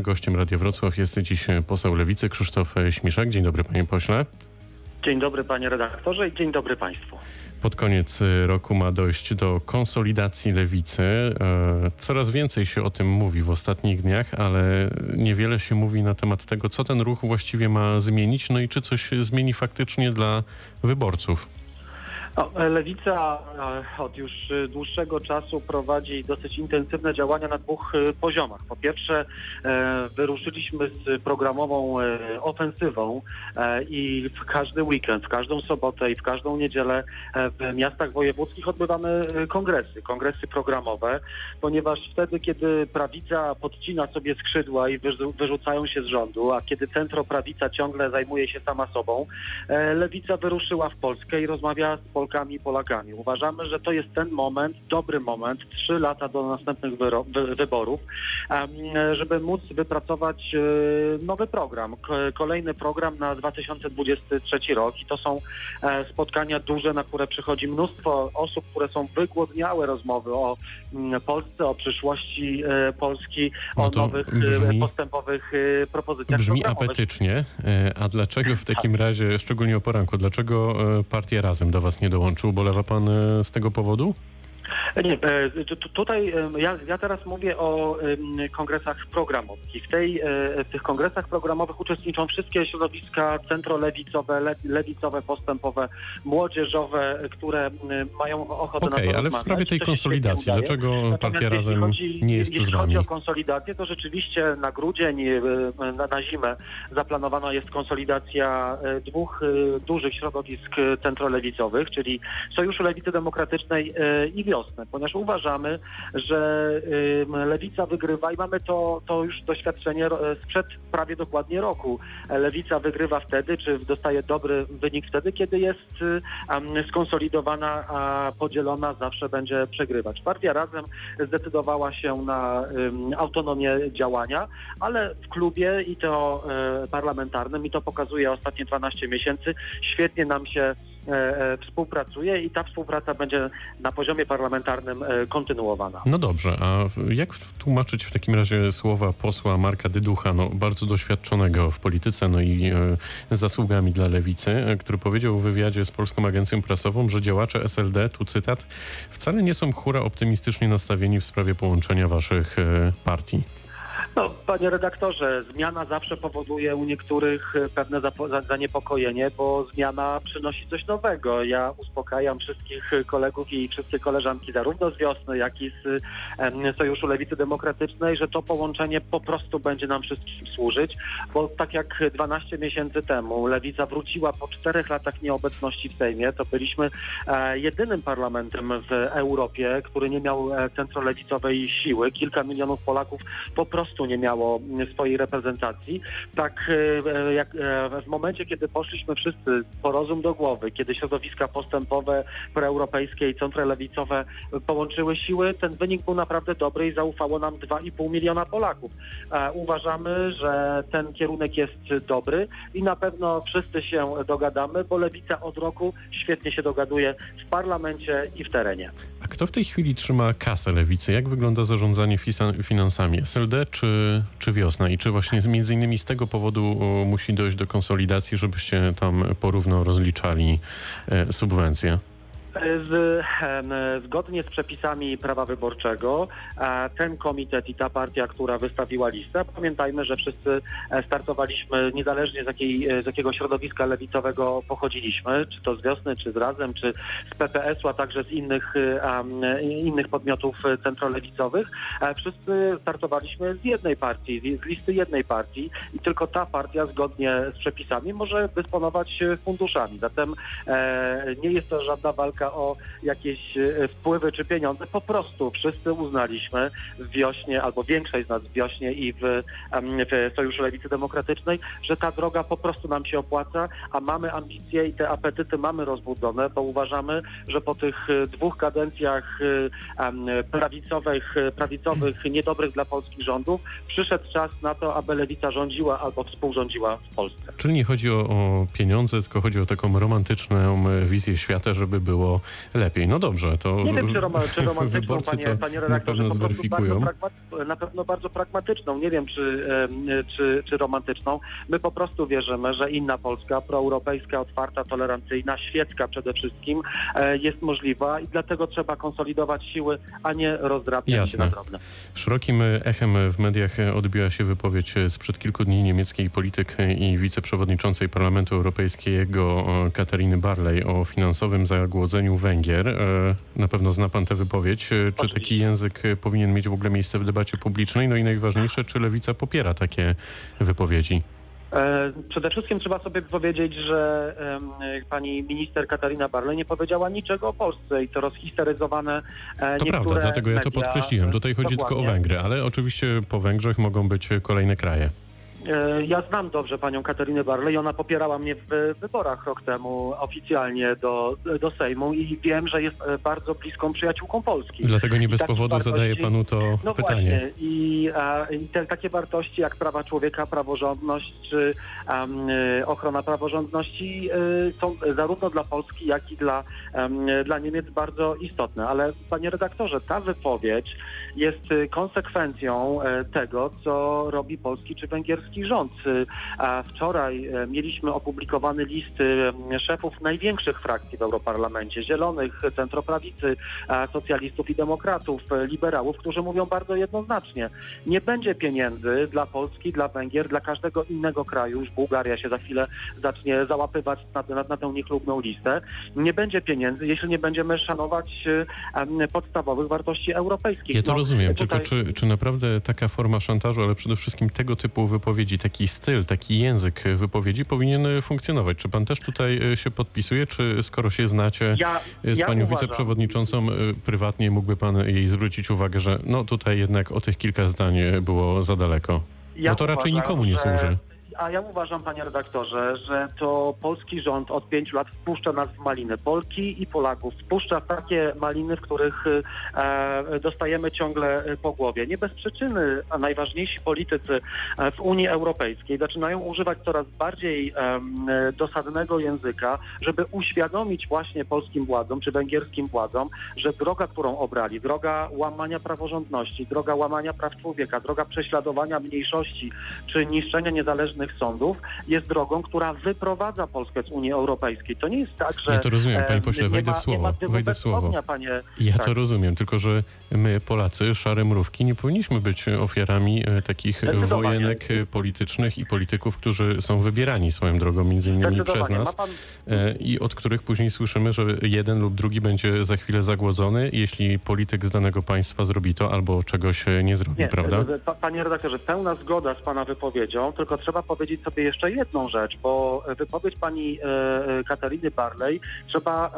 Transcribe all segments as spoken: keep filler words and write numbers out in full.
gościem Radia Wrocław jest dziś poseł Lewicy Krzysztof Śmiszek. Dzień dobry, panie pośle. Dzień dobry, panie redaktorze, i dzień dobry państwu. Pod koniec roku ma dojść do konsolidacji Lewicy. Coraz więcej się o tym mówi w ostatnich dniach, ale niewiele się mówi na temat tego, co ten ruch właściwie ma zmienić, no i czy coś zmieni faktycznie dla wyborców. No, Lewica od już dłuższego czasu prowadzi dosyć intensywne działania na dwóch poziomach. Po pierwsze, wyruszyliśmy z programową ofensywą i w każdy weekend, w każdą sobotę i w każdą niedzielę w miastach wojewódzkich odbywamy kongresy, kongresy programowe, ponieważ wtedy, kiedy prawica podcina sobie skrzydła i wyrzucają się z rządu, a kiedy centroprawica ciągle zajmuje się sama sobą, Lewica wyruszyła w Polskę i rozmawia z Polkami i Polakami. Uważamy, że to jest ten moment, dobry moment, trzy lata do następnych wyro- wyborów, żeby móc wypracować nowy program, kolejny program na dwa tysiące dwudziesty trzeci rok i to są spotkania duże, na które przychodzi mnóstwo osób, które są wygłodniałe rozmowy o Polsce, o przyszłości Polski, no o nowych brzmi, postępowych propozycjach Brzmi programowych. apetycznie, a dlaczego w takim razie, szczególnie o poranku, dlaczego Partia Razem do was nie dołączył? Bolewa pan z tego powodu? Nie, tutaj ja, ja teraz mówię o kongresach programowych. W, tej, w tych kongresach programowych uczestniczą wszystkie środowiska centrolewicowe, le, lewicowe, postępowe, młodzieżowe, które mają ochotę okay, na to ale w sprawie tej konsolidacji, dlaczego Partia Razem chodzi, nie jest z wami? Jeśli chodzi o konsolidację, to rzeczywiście na grudzień, na, na zimę zaplanowana jest konsolidacja dwóch dużych środowisk centrolewicowych, czyli Sojuszu Lewicy Demokratycznej i Wiosny, ponieważ uważamy, że Lewica wygrywa i mamy to, to już doświadczenie sprzed prawie dokładnie roku. Lewica wygrywa wtedy, czy dostaje dobry wynik wtedy, kiedy jest skonsolidowana, a podzielona zawsze będzie przegrywać. Partia Razem zdecydowała się na autonomię działania, ale w klubie i to parlamentarnym, i to pokazuje ostatnie dwanaście miesięcy, świetnie nam się współpracuje i ta współpraca będzie na poziomie parlamentarnym kontynuowana. No dobrze, a jak tłumaczyć w takim razie słowa posła Marka Dyducha, no bardzo doświadczonego w polityce, no i e, zasługami dla Lewicy, który powiedział w wywiadzie z Polską Agencją Prasową, że działacze S L D, tu cytat, wcale nie są hura optymistycznie nastawieni w sprawie połączenia waszych e, partii. No, panie redaktorze, zmiana zawsze powoduje u niektórych pewne zaniepokojenie, bo zmiana przynosi coś nowego. Ja uspokajam wszystkich kolegów i wszystkie koleżanki zarówno z Wiosny, jak i z Sojuszu Lewicy Demokratycznej, że to połączenie po prostu będzie nam wszystkim służyć, bo tak jak dwanaście miesięcy temu Lewica wróciła po czterech latach nieobecności w Sejmie, to byliśmy jedynym parlamentem w Europie, który nie miał centrolewicowej siły. Kilka milionów Polaków po prostu nie miało swojej reprezentacji. Tak jak w momencie, kiedy poszliśmy wszyscy po rozum do głowy, kiedy środowiska postępowe, proeuropejskie i centrolewicowe połączyły siły, ten wynik był naprawdę dobry i zaufało nam dwa i pół miliona Polaków. Uważamy, że ten kierunek jest dobry i na pewno wszyscy się dogadamy, bo Lewica od roku świetnie się dogaduje w parlamencie i w terenie. A kto w tej chwili trzyma kasę Lewicy? Jak wygląda zarządzanie finansami? S L D czy, czy Wiosna? I czy właśnie między innymi z tego powodu musi dojść do konsolidacji, żebyście tam porówno rozliczali e, subwencje? Z, zgodnie z przepisami prawa wyborczego ten komitet i ta partia, która wystawiła listę, pamiętajmy, że wszyscy startowaliśmy niezależnie z, jakiej, z jakiego środowiska lewicowego pochodziliśmy, czy to z Wiosny, czy z Razem, czy z P P S u, a także z innych, innych podmiotów centrolewicowych. Wszyscy startowaliśmy z jednej partii, z listy jednej partii i tylko ta partia zgodnie z przepisami może dysponować funduszami. Zatem nie jest to żadna walka o jakieś wpływy czy pieniądze. Po prostu wszyscy uznaliśmy w Wiośnie, albo większość z nas w Wiośnie i w, w Sojuszu Lewicy Demokratycznej, że ta droga po prostu nam się opłaca, a mamy ambicje i te apetyty mamy rozbudzone, bo uważamy, że po tych dwóch kadencjach prawicowych, prawicowych niedobrych dla polskich rządów przyszedł czas na to, aby Lewica rządziła albo współrządziła w Polsce. Czyli nie chodzi o, o pieniądze, tylko chodzi o taką romantyczną wizję świata, żeby było było lepiej. No dobrze, to Nie wiem, czy, rom, czy romantyczną, wyborcy panie, to panie na redaktorze, pewno po prostu zweryfikują. bardzo pragma- na pewno bardzo pragmatyczną. Nie wiem, czy, e, czy, czy romantyczną. My po prostu wierzymy, że inna Polska, proeuropejska, otwarta, tolerancyjna, świecka przede wszystkim e, jest możliwa i dlatego trzeba konsolidować siły, a nie rozdrabniać się na drobne. Szerokim echem w mediach odbiła się wypowiedź sprzed kilku dni niemieckiej polityk i wiceprzewodniczącej Parlamentu Europejskiego Katariny Barley o finansowym zagłodzeniu Węgier. Na pewno zna pan tę wypowiedź. Czy Oczywiście. taki język powinien mieć w ogóle miejsce w debacie publicznej? No i najważniejsze, czy Lewica popiera takie wypowiedzi? Przede wszystkim trzeba sobie powiedzieć, że um, pani minister Katarina Barley nie powiedziała niczego o Polsce i to rozhisteryzowane e, To prawda, dlatego ja to media, podkreśliłem. Tutaj chodzi dokładnie. tylko o Węgry, ale oczywiście po Węgrzech mogą być kolejne kraje. Ja znam dobrze panią Katarinę Barley. Ona popierała mnie w wyborach rok temu oficjalnie do, do Sejmu i wiem, że jest bardzo bliską przyjaciółką Polski. Dlatego nie bez takich powodu wartości, zadaję panu to no pytanie. Właśnie. I, a, i te, takie wartości jak prawa człowieka, praworządność czy um, ochrona praworządności y, są zarówno dla Polski, jak i dla, um, dla Niemiec bardzo istotne. Ale panie redaktorze, ta wypowiedź jest konsekwencją tego, co robi polski czy węgierski rząd. A wczoraj mieliśmy opublikowany listy szefów największych frakcji w Europarlamencie, Zielonych, Centroprawicy, socjalistów i demokratów, liberałów, którzy mówią bardzo jednoznacznie. Nie będzie pieniędzy dla Polski, dla Węgier, dla każdego innego kraju, już Bułgaria się za chwilę zacznie załapywać na, na, na tę niechlubną listę. Nie będzie pieniędzy, jeśli nie będziemy szanować podstawowych wartości europejskich. Ja to no, rozumiem, tutaj... tylko czy, czy naprawdę taka forma szantażu, ale przede wszystkim tego typu wypowiedzi, taki styl, taki język wypowiedzi powinien funkcjonować? Czy pan też tutaj się podpisuje, czy skoro się znacie ja, z ja panią uważam, wiceprzewodniczącą prywatnie, mógłby pan jej zwrócić uwagę, że no tutaj jednak o tych kilka zdań było za daleko? Ja Bo to raczej uważam, nikomu nie że... służy. A ja uważam, panie redaktorze, że to polski rząd od pięciu lat wpuszcza nas w maliny. Polki i Polaków wpuszcza w takie maliny, w których e, dostajemy ciągle po głowie. Nie bez przyczyny a najważniejsi politycy w Unii Europejskiej zaczynają używać coraz bardziej e, dosadnego języka, żeby uświadomić właśnie polskim władzom czy węgierskim władzom, że droga, którą obrali, droga łamania praworządności, droga łamania praw człowieka, droga prześladowania mniejszości czy niszczenia niezależnych sądów jest drogą, która wyprowadza Polskę z Unii Europejskiej. To nie jest tak, że... Ja to rozumiem, panie pośle, nie wejdę ma, w słowo. Nie ma wejdę w słowo. ognia, panie... Ja tak. to rozumiem, tylko że my, Polacy, szare mrówki, nie powinniśmy być ofiarami takich wojenek politycznych i polityków, którzy są wybierani swoją drogą, między innymi przez nas pan... i od których później słyszymy, że jeden lub drugi będzie za chwilę zagłodzony, jeśli polityk z danego państwa zrobi to albo czegoś nie zrobi, nie, prawda? Pa, panie redaktorze, pełna zgoda z pana wypowiedzią, tylko trzeba powiedzieć sobie jeszcze jedną rzecz, bo wypowiedź pani e, Katariny Barley trzeba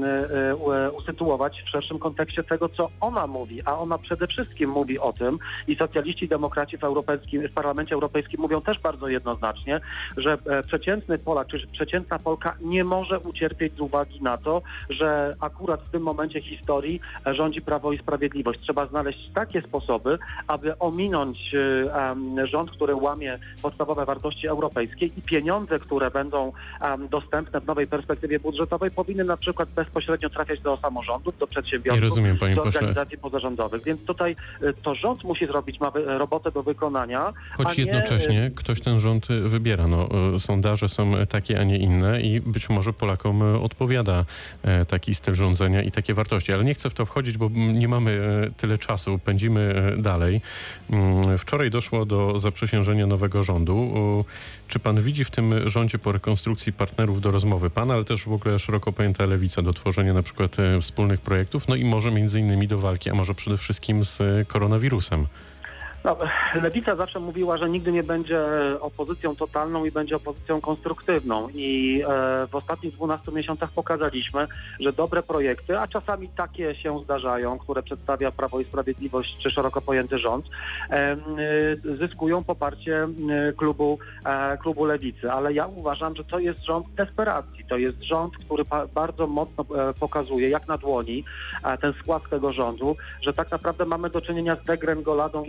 e, e, usytuować w szerszym kontekście tego, co ona mówi, a ona przede wszystkim mówi o tym i socjaliści i demokraci w, europejskim, w Parlamencie Europejskim mówią też bardzo jednoznacznie, że e, przeciętny Polak czy przeciętna Polka nie może ucierpieć z uwagi na to, że akurat w tym momencie historii rządzi Prawo i Sprawiedliwość. Trzeba znaleźć takie sposoby, aby ominąć e, rząd, który łamie podstawowe wartości europejskie i pieniądze, które będą um, dostępne w nowej perspektywie budżetowej, powinny na przykład bezpośrednio trafiać do samorządów, do przedsiębiorców, rozumiem, panie do pośle. organizacji pozarządowych. Więc tutaj y, to rząd musi zrobić ma wy, robotę do wykonania. Choć nie, jednocześnie y... ktoś ten rząd wybiera. No, sondaże są takie, a nie inne i być może Polakom odpowiada taki styl rządzenia i takie wartości. Ale nie chcę w to wchodzić, bo nie mamy tyle czasu. Pędzimy dalej. Wczoraj doszło do zaprzysiężenia nowego rządu. Czy pan widzi w tym rządzie po rekonstrukcji partnerów do rozmowy pan, ale też w ogóle szeroko pojęta lewica do tworzenia na przykład wspólnych projektów, no i może między innymi do walki, a może przede wszystkim z koronawirusem? No, Lewica zawsze mówiła, że nigdy nie będzie opozycją totalną i będzie opozycją konstruktywną i e, w ostatnich dwunastu miesiącach pokazaliśmy, że dobre projekty, a czasami takie się zdarzają, które przedstawia Prawo i Sprawiedliwość czy szeroko pojęty rząd, e, e, zyskują poparcie klubu, e, klubu Lewicy. Ale ja uważam, że to jest rząd desperacji. To jest rząd, który pa, bardzo mocno e, pokazuje, jak na dłoni, e, ten skład tego rządu, że tak naprawdę mamy do czynienia z degrengoladą i chaosem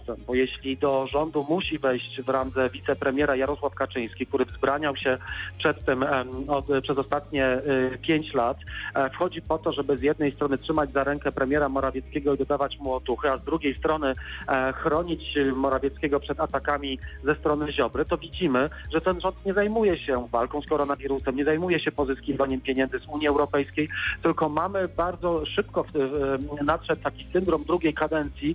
losem, bo jeśli do rządu musi wejść w randze wicepremiera Jarosław Kaczyński, który wzbraniał się przed tym od, przez ostatnie pięć lat, wchodzi po to, żeby z jednej strony trzymać za rękę premiera Morawieckiego i dodawać mu otuchy, a z drugiej strony chronić Morawieckiego przed atakami ze strony Ziobry, to widzimy, że ten rząd nie zajmuje się walką z koronawirusem, nie zajmuje się pozyskiwaniem pieniędzy z Unii Europejskiej, tylko mamy bardzo szybko nadszedł taki syndrom drugiej kadencji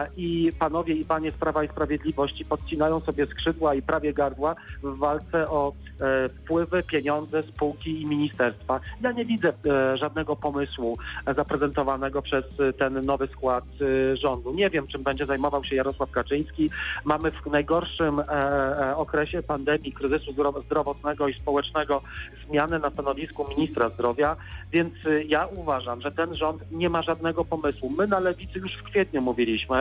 i panowie i panie z Prawa i Sprawiedliwości podcinają sobie skrzydła i prawie gardła w walce o wpływy, pieniądze, spółki i ministerstwa. Ja nie widzę żadnego pomysłu zaprezentowanego przez ten nowy skład rządu. Nie wiem, czym będzie zajmował się Jarosław Kaczyński. Mamy w najgorszym okresie pandemii, kryzysu zdrowotnego i społecznego zmianę na stanowisku ministra zdrowia, więc ja uważam, że ten rząd nie ma żadnego pomysłu. My na Lewicy już w kwietniu mówiliśmy,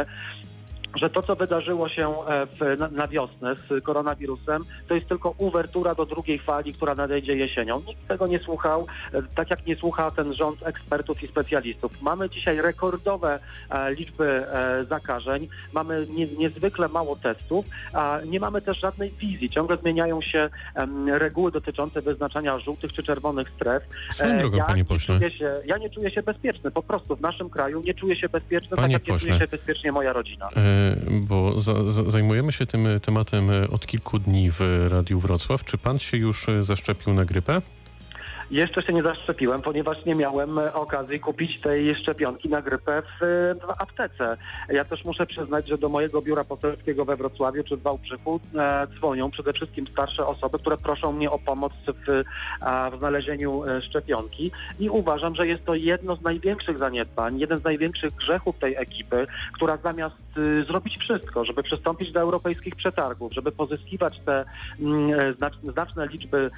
że to, co wydarzyło się w, na, na wiosnę z koronawirusem, to jest tylko uwertura do drugiej fali, która nadejdzie jesienią. Nikt tego nie słuchał, tak jak nie słucha ten rząd ekspertów i specjalistów. Mamy dzisiaj rekordowe e, liczby e, zakażeń, mamy nie, niezwykle mało testów, a nie mamy też żadnej wizji. Ciągle zmieniają się em, reguły dotyczące wyznaczania żółtych czy czerwonych stref. Swoją drogą, ja panie nie pośle. czuję się, ja nie czuję się bezpieczny. Po prostu w naszym kraju nie czuję się bezpieczny, Panie tak jak pośle. nie czuje się bezpiecznie moja rodzina. E, bo za, za, zajmujemy się tym tematem od kilku dni w Radiu Wrocław. Czy pan się już zaszczepił na grypę? Jeszcze się nie zaszczepiłem, ponieważ nie miałem okazji kupić tej szczepionki na grypę w, w aptece. Ja też muszę przyznać, że do mojego biura poselskiego we Wrocławiu czy w Wałbrzychu e, dzwonią przede wszystkim starsze osoby, które proszą mnie o pomoc w, a, w znalezieniu e, szczepionki i uważam, że jest to jedno z największych zaniedbań, jeden z największych grzechów tej ekipy, która zamiast y, zrobić wszystko, żeby przystąpić do europejskich przetargów, żeby pozyskiwać te mm, znaczne, znaczne liczby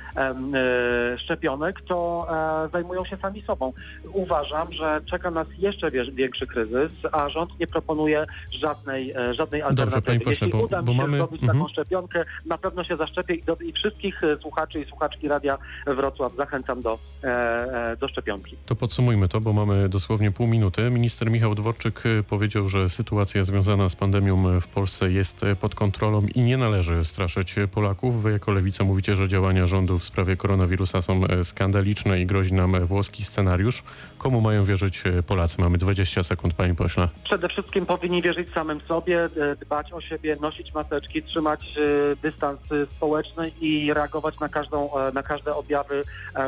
y, szczepionek, to e, zajmują się sami sobą. Uważam, że czeka nas jeszcze większy kryzys, a rząd nie proponuje żadnej, e, żadnej alternatywy. Dobrze, panie pośle, Jeśli bo, uda mi bo się mamy... zrobić Mhm. taką szczepionkę, na pewno się zaszczepię i, do, i wszystkich e, słuchaczy i słuchaczki Radia Wrocław zachęcam do, e, e, do szczepionki. To podsumujmy to, bo mamy dosłownie pół minuty. Minister Michał Dworczyk powiedział, że sytuacja związana z pandemią w Polsce jest pod kontrolą i nie należy straszyć Polaków. Wy jako Lewica mówicie, że działania rządu w sprawie koronawirusa są skandaliczne i grozi nam włoski scenariusz. Komu mają wierzyć Polacy? Mamy dwadzieścia sekund, panie pośle. Przede wszystkim powinni wierzyć samym sobie, dbać o siebie, nosić maseczki, trzymać dystans społeczny i reagować na każdą, na każde objawy,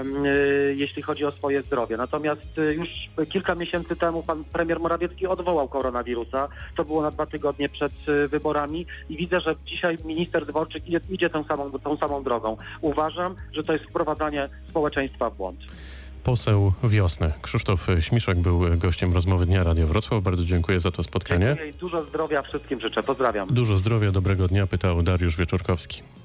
jeśli chodzi o swoje zdrowie. Natomiast już kilka miesięcy temu pan premier Morawiecki odwołał koronawirusa. To było na dwa tygodnie przed wyborami i widzę, że dzisiaj minister Dworczyk idzie, idzie tą samą, tą samą drogą. Uważam, że to jest wprowadzanie społeczeństwa w błąd. Poseł Wiosny. Krzysztof Śmiszek był gościem rozmowy Dnia Radia Wrocław. Bardzo dziękuję za to spotkanie. Dziękuję i dużo zdrowia wszystkim życzę. Pozdrawiam. Dużo zdrowia, dobrego dnia, pytał Dariusz Wieczorkowski.